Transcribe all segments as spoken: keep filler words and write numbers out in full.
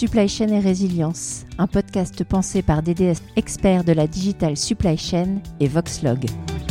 Supply Chain et Résilience, un podcast pensé par D D S experts de la Digital Supply Chain et Voxlog.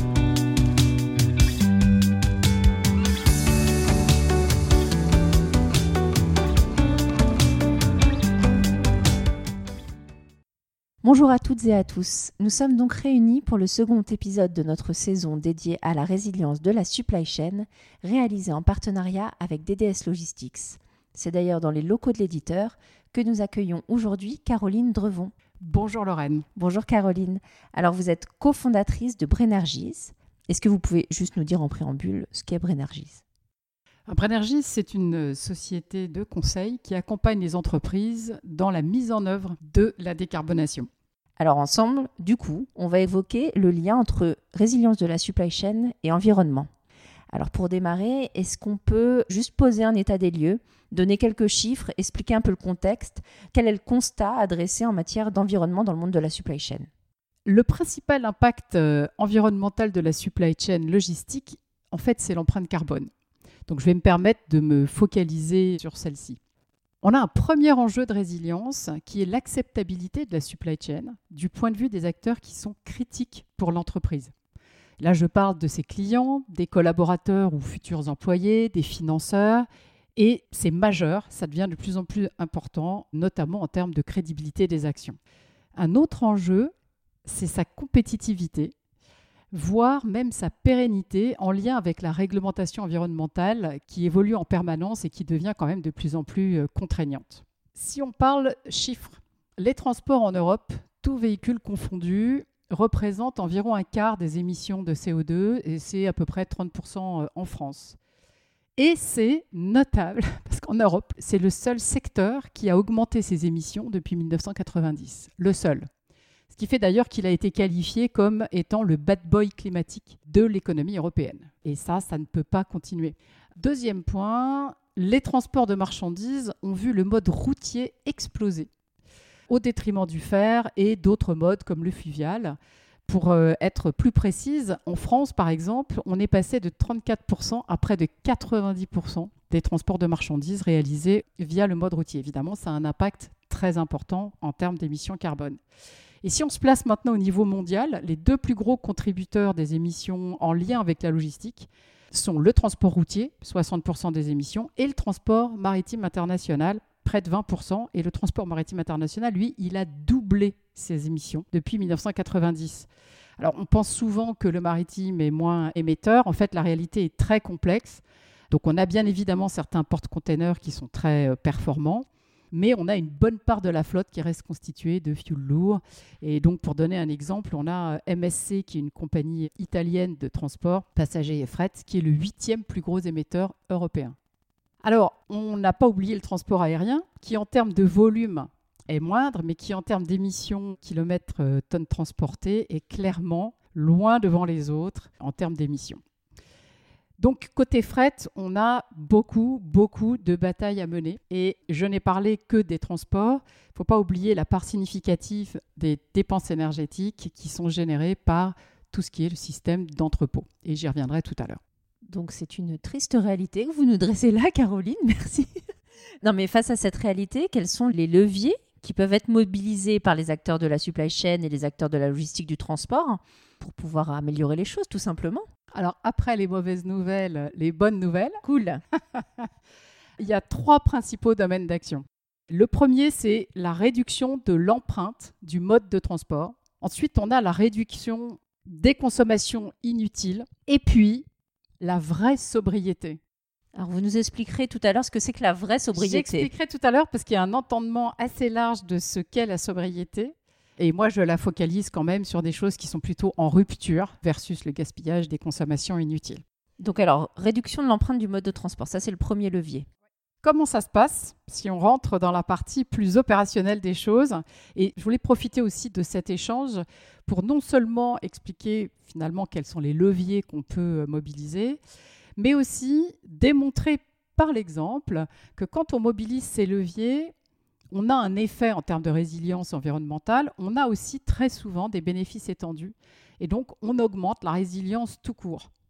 Bonjour à toutes et à tous, nous sommes donc réunis pour le second épisode de notre saison dédiée à la résilience de la supply chain, réalisée en partenariat avec D D S Logistics. C'est d'ailleurs dans les locaux de l'éditeur que nous accueillons aujourd'hui Caroline Drevon. Bonjour Lorraine. Bonjour Caroline. Alors vous êtes cofondatrice de Brenergies. Est-ce que vous pouvez juste nous dire en préambule ce qu'est Brenergies ? Brenergies, c'est une société de conseil qui accompagne les entreprises dans la mise en œuvre de la décarbonation. Alors ensemble, du coup, on va évoquer le lien entre résilience de la supply chain et environnement. Alors pour démarrer, est-ce qu'on peut juste poser un état des lieux, donner quelques chiffres, expliquer un peu le contexte ? Quel est le constat à dresser en matière d'environnement dans le monde de la supply chain ? Le principal impact euh, environnemental de la supply chain logistique, en fait, c'est l'empreinte carbone. Donc je vais me permettre de me focaliser sur celle-ci. On a un premier enjeu de résilience qui est l'acceptabilité de la supply chain du point de vue des acteurs qui sont critiques pour l'entreprise. Là, je parle de ses clients, des collaborateurs ou futurs employés, des financeurs. Et c'est majeur, ça devient de plus en plus important, notamment en termes de crédibilité des actions. Un autre enjeu, c'est sa compétitivité, voire même sa pérennité en lien avec la réglementation environnementale qui évolue en permanence et qui devient quand même de plus en plus contraignante. Si on parle chiffres, les transports en Europe, tous véhicules confondus, représentent environ un quart des émissions de C O deux et c'est à peu près trente pour cent en France. Et c'est notable parce qu'en Europe, c'est le seul secteur qui a augmenté ses émissions depuis dix-neuf cent quatre-vingt-dix. Le seul. Ce qui fait d'ailleurs qu'il a été qualifié comme étant le bad boy climatique de l'économie européenne. Et ça, ça ne peut pas continuer. Deuxième point, les transports de marchandises ont vu le mode routier exploser au détriment du fer et d'autres modes comme le fluvial. Pour euh, être plus précise, en France, par exemple, on est passé de trente-quatre pour cent à près de quatre-vingt-dix pour cent des transports de marchandises réalisés via le mode routier. Évidemment, ça a un impact très important en termes d'émissions carbone. Et si on se place maintenant au niveau mondial, les deux plus gros contributeurs des émissions en lien avec la logistique sont le transport routier, soixante pour cent des émissions, et le transport maritime international, près de vingt pour cent. Et le transport maritime international, lui, il a doublé ses émissions depuis dix-neuf cent quatre-vingt-dix. Alors, on pense souvent que le maritime est moins émetteur. En fait, la réalité est très complexe. Donc, on a bien évidemment certains porte-containers qui sont très performants, mais on a une bonne part de la flotte qui reste constituée de fioul lourd. Et donc, pour donner un exemple, on a M S C, qui est une compagnie italienne de transport, passagers et fret, qui est le huitième plus gros émetteur européen. Alors, on n'a pas oublié le transport aérien, qui en termes de volume est moindre, mais qui en termes d'émissions kilomètres euh, tonnes transportées est clairement loin devant les autres en termes d'émissions. Donc, côté fret, on a beaucoup, beaucoup de batailles à mener. Et je n'ai parlé que des transports. Il ne faut pas oublier la part significative des dépenses énergétiques qui sont générées par tout ce qui est le système d'entrepôt. Et j'y reviendrai tout à l'heure. Donc c'est une triste réalité que vous nous dressez là, Caroline, merci. Non mais face à cette réalité, quels sont les leviers qui peuvent être mobilisés par les acteurs de la supply chain et les acteurs de la logistique du transport pour pouvoir améliorer les choses tout simplement ? Alors après les mauvaises nouvelles, les bonnes nouvelles. Cool. Il y a trois principaux domaines d'action. Le premier, c'est la réduction de l'empreinte du mode de transport. Ensuite, on a la réduction des consommations inutiles. Et puis, la vraie sobriété. Alors, vous nous expliquerez tout à l'heure ce que c'est que la vraie sobriété. J'expliquerai tout à l'heure parce qu'il y a un entendement assez large de ce qu'est la sobriété. Et moi, je la focalise quand même sur des choses qui sont plutôt en rupture versus le gaspillage des consommations inutiles. Donc alors, réduction de l'empreinte du mode de transport, ça c'est le premier levier. Comment ça se passe si on rentre dans la partie plus opérationnelle des choses ? Et je voulais profiter aussi de cet échange pour non seulement expliquer finalement quels sont les leviers qu'on peut mobiliser, mais aussi démontrer par l'exemple que quand on mobilise ces leviers, on a un effet en termes de résilience environnementale, on a aussi très souvent des bénéfices étendus et donc on augmente la résilience tout court.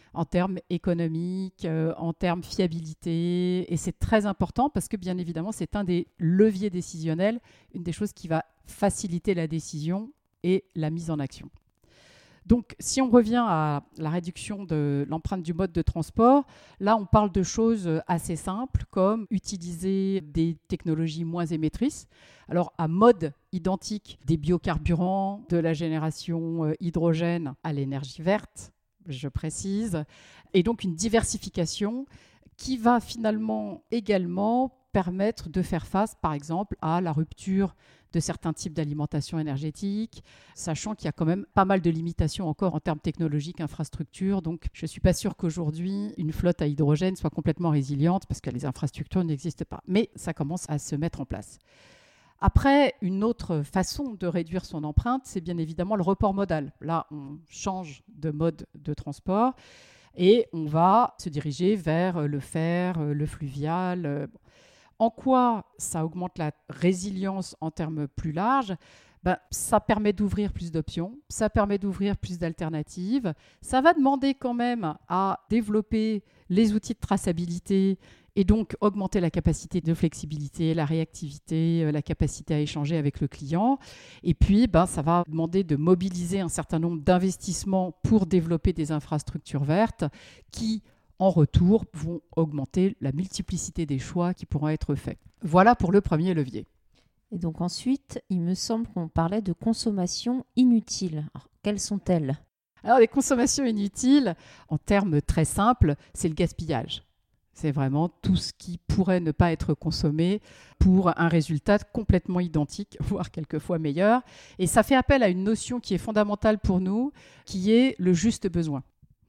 en termes économiques, euh, en termes fiabilité. Et c'est très important parce que, bien évidemment, c'est un des leviers décisionnels, une des choses qui va faciliter la décision et la mise en action. Donc, si on revient à la réduction de l'empreinte du mode de transport, là, on parle de choses assez simples comme utiliser des technologies moins émettrices. Alors, à mode identique, des biocarburants, de la génération hydrogène à l'énergie verte, je précise, et donc une diversification qui va finalement également permettre de faire face, par exemple, à la rupture de certains types d'alimentation énergétique, sachant qu'il y a quand même pas mal de limitations encore en termes technologiques, infrastructures. Donc, je ne suis pas sûre qu'aujourd'hui, une flotte à hydrogène soit complètement résiliente parce que les infrastructures n'existent pas. Mais ça commence à se mettre en place. Après, une autre façon de réduire son empreinte, c'est bien évidemment le report modal. Là, on change de mode de transport et on va se diriger vers le fer, le fluvial. En quoi ça augmente la résilience en termes plus larges ? Ben, ça permet d'ouvrir plus d'options, ça permet d'ouvrir plus d'alternatives. Ça va demander quand même à développer les outils de traçabilité et donc augmenter la capacité de flexibilité, la réactivité, la capacité à échanger avec le client. Et puis, ben, ça va demander de mobiliser un certain nombre d'investissements pour développer des infrastructures vertes qui, en retour, vont augmenter la multiplicité des choix qui pourront être faits. Voilà pour le premier levier. Et donc ensuite, il me semble qu'on parlait de consommation inutile. Alors, quelles sont-elles ? Alors, les consommations inutiles, en termes très simples, c'est le gaspillage. C'est vraiment tout ce qui pourrait ne pas être consommé pour un résultat complètement identique, voire quelquefois meilleur. Et ça fait appel à une notion qui est fondamentale pour nous, qui est le juste besoin.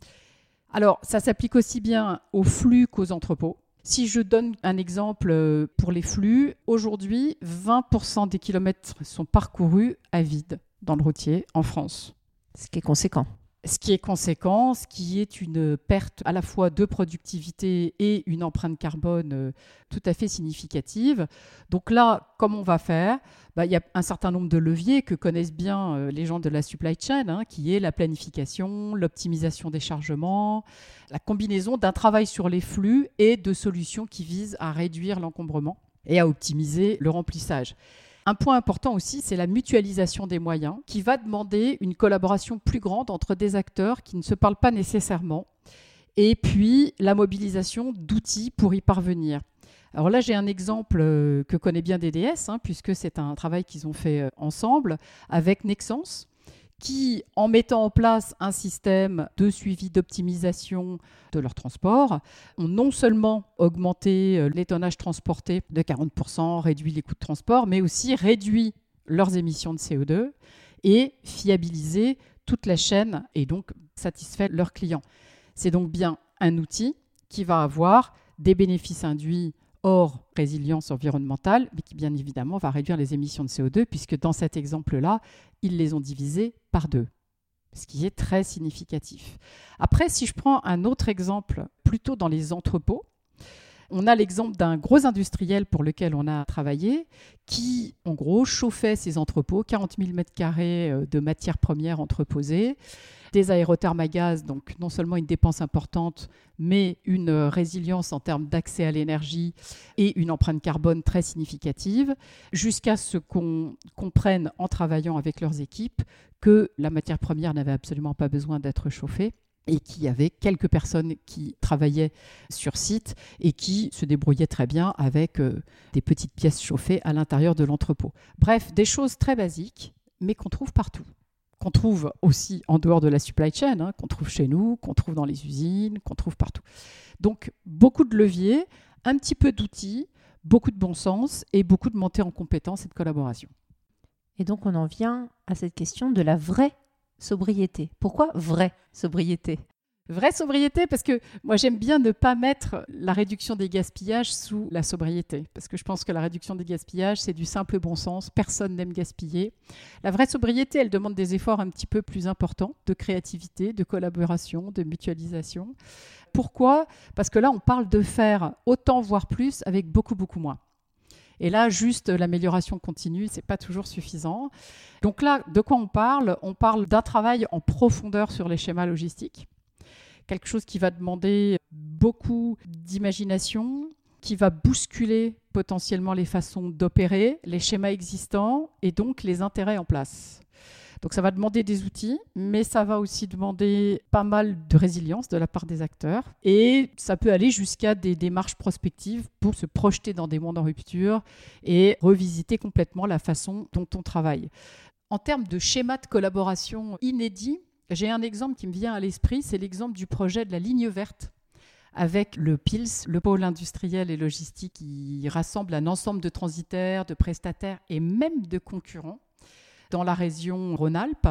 Alors, ça s'applique aussi bien aux flux qu'aux entrepôts. Si je donne un exemple pour les flux, aujourd'hui, vingt pour cent des kilomètres sont parcourus à vide dans le routier en France. Ce qui est conséquent. Ce qui est conséquent, ce qui est une perte à la fois de productivité et une empreinte carbone tout à fait significative. Donc là, comment on va faire ? Bah, il y a un certain nombre de leviers que connaissent bien les gens de la supply chain, hein, qui est la planification, l'optimisation des chargements, la combinaison d'un travail sur les flux et de solutions qui visent à réduire l'encombrement et à optimiser le remplissage. Un point important aussi, c'est la mutualisation des moyens qui va demander une collaboration plus grande entre des acteurs qui ne se parlent pas nécessairement et puis la mobilisation d'outils pour y parvenir. Alors là, j'ai un exemple que connaît bien D D S, hein, puisque c'est un travail qu'ils ont fait ensemble avec Nexans, qui, en mettant en place un système de suivi d'optimisation de leur transport, ont non seulement augmenté les tonnages transportés de quarante pour cent, réduit les coûts de transport, mais aussi réduit leurs émissions de C O deux et fiabilisé toute la chaîne et donc satisfait leurs clients. C'est donc bien un outil qui va avoir des bénéfices induits hors résilience environnementale, mais qui bien évidemment va réduire les émissions de C O deux, puisque dans cet exemple-là, ils les ont divisées par deux, ce qui est très significatif. Après, si je prends un autre exemple, plutôt dans les entrepôts, on a l'exemple d'un gros industriel pour lequel on a travaillé, qui, en gros, chauffait ses entrepôts, quarante mille mètres carrés de matières premières entreposées, des aérothermes à gaz, donc non seulement une dépense importante, mais une résilience en termes d'accès à l'énergie et une empreinte carbone très significative, jusqu'à ce qu'on comprenne en travaillant avec leurs équipes que la matière première n'avait absolument pas besoin d'être chauffée et qu'il y avait quelques personnes qui travaillaient sur site et qui se débrouillaient très bien avec euh, des petites pièces chauffées à l'intérieur de l'entrepôt. Bref, des choses très basiques, mais qu'on trouve partout. Qu'on trouve aussi en dehors de la supply chain, hein, qu'on trouve chez nous, qu'on trouve dans les usines, qu'on trouve partout. Donc, beaucoup de leviers, un petit peu d'outils, beaucoup de bon sens et beaucoup de montée en compétences et de collaboration. Et donc, on en vient à cette question de la vraie sobriété. Pourquoi vraie sobriété ? Vraie sobriété, parce que moi j'aime bien ne pas mettre la réduction des gaspillages sous la sobriété, parce que je pense que la réduction des gaspillages, c'est du simple bon sens, personne n'aime gaspiller. La vraie sobriété, elle demande des efforts un petit peu plus importants, de créativité, de collaboration, de mutualisation. Pourquoi ? Parce que là, on parle de faire autant, voire plus, avec beaucoup, beaucoup moins. Et là, juste l'amélioration continue, ce n'est pas toujours suffisant. Donc là, de quoi on parle ? On parle d'un travail en profondeur sur les schémas logistiques, quelque chose qui va demander beaucoup d'imagination, qui va bousculer potentiellement les façons d'opérer, les schémas existants et donc les intérêts en place. Donc ça va demander des outils, mais ça va aussi demander pas mal de résilience de la part des acteurs. Et ça peut aller jusqu'à des démarches prospectives pour se projeter dans des mondes en rupture et revisiter complètement la façon dont on travaille. En termes de schéma de collaboration inédit, j'ai un exemple qui me vient à l'esprit, c'est l'exemple du projet de la ligne verte avec le P I L S, le pôle industriel et logistique qui rassemble un ensemble de transitaires, de prestataires et même de concurrents dans la région Rhône-Alpes.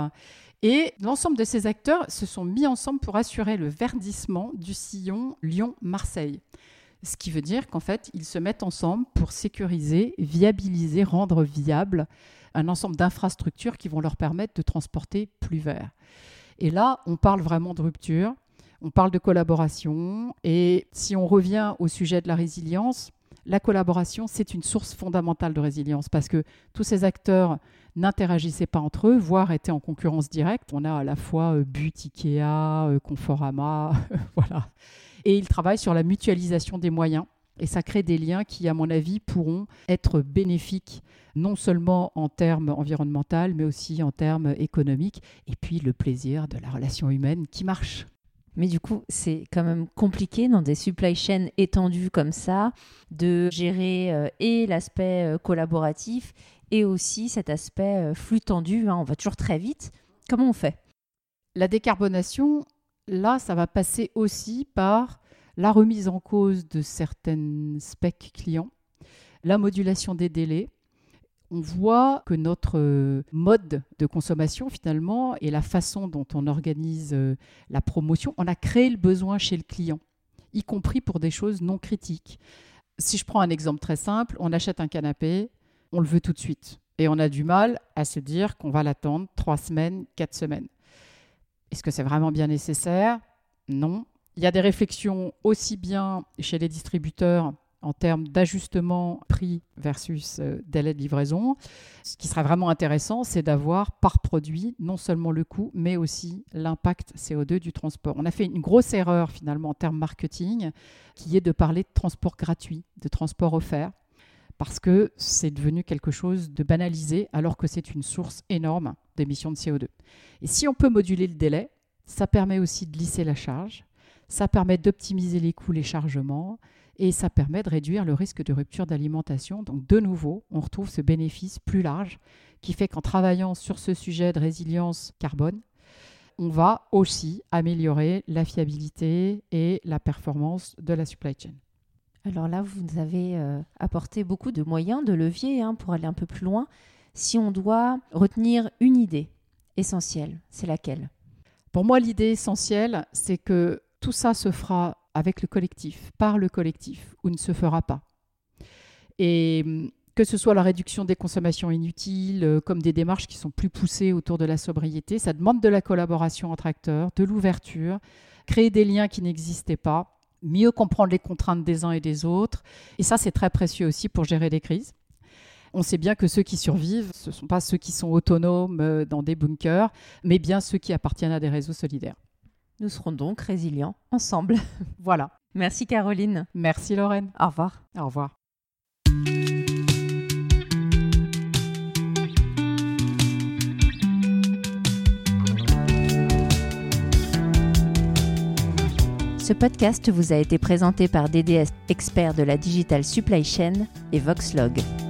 Et l'ensemble de ces acteurs se sont mis ensemble pour assurer le verdissement du sillon Lyon-Marseille. Ce qui veut dire qu'en fait, ils se mettent ensemble pour sécuriser, viabiliser, rendre viable un ensemble d'infrastructures qui vont leur permettre de transporter plus vert. Et là, on parle vraiment de rupture, on parle de collaboration. Et si on revient au sujet de la résilience, la collaboration, c'est une source fondamentale de résilience parce que tous ces acteurs n'interagissaient pas entre eux, voire étaient en concurrence directe. On a à la fois euh, But, Ikea, euh, Conforama, voilà. Et ils travaillent sur la mutualisation des moyens. Et ça crée des liens qui, à mon avis, pourront être bénéfiques, non seulement en termes environnementaux, mais aussi en termes économiques. Et puis le plaisir de la relation humaine qui marche. Mais du coup, c'est quand même compliqué dans des supply chains étendues comme ça de gérer euh, et l'aspect euh, collaboratif et aussi cet aspect euh, flux tendu. Hein, on va toujours très vite. Comment on fait ? La décarbonation, là, ça va passer aussi par la remise en cause de certaines specs clients, la modulation des délais. On voit que notre mode de consommation, finalement, et la façon dont on organise la promotion, on a créé le besoin chez le client, y compris pour des choses non critiques. Si je prends un exemple très simple, on achète un canapé, on le veut tout de suite. Et on a du mal à se dire qu'on va l'attendre trois semaines, quatre semaines. Est-ce que c'est vraiment bien nécessaire ? Non. Il y a des réflexions aussi bien chez les distributeurs en termes d'ajustement prix versus euh, délai de livraison. Ce qui serait vraiment intéressant, c'est d'avoir par produit non seulement le coût, mais aussi l'impact C O deux du transport. On a fait une grosse erreur finalement en termes marketing, qui est de parler de transport gratuit, de transport offert, parce que c'est devenu quelque chose de banalisé, alors que c'est une source énorme d'émissions de C O deux. Et si on peut moduler le délai, ça permet aussi de lisser la charge, ça permet d'optimiser les coûts, les chargements, et ça permet de réduire le risque de rupture d'alimentation. Donc de nouveau, on retrouve ce bénéfice plus large qui fait qu'en travaillant sur ce sujet de résilience carbone, on va aussi améliorer la fiabilité et la performance de la supply chain. Alors là, vous avez euh, apporté beaucoup de moyens, de leviers hein, pour aller un peu plus loin. Si on doit retenir une idée essentielle, c'est laquelle ? Pour moi, l'idée essentielle, c'est que tout ça se fera avec le collectif, par le collectif, ou ne se fera pas. Et que ce soit la réduction des consommations inutiles, comme des démarches qui sont plus poussées autour de la sobriété, ça demande de la collaboration entre acteurs, de l'ouverture, créer des liens qui n'existaient pas, mieux comprendre les contraintes des uns et des autres. Et ça, c'est très précieux aussi pour gérer des crises. On sait bien que ceux qui survivent, ce ne sont pas ceux qui sont autonomes dans des bunkers, mais bien ceux qui appartiennent à des réseaux solidaires. Nous serons donc résilients ensemble. Voilà. Merci Caroline. Merci Lorraine. Au revoir. Au revoir. Ce podcast vous a été présenté par D D S, expert de la Digital Supply Chain, et Voxlog.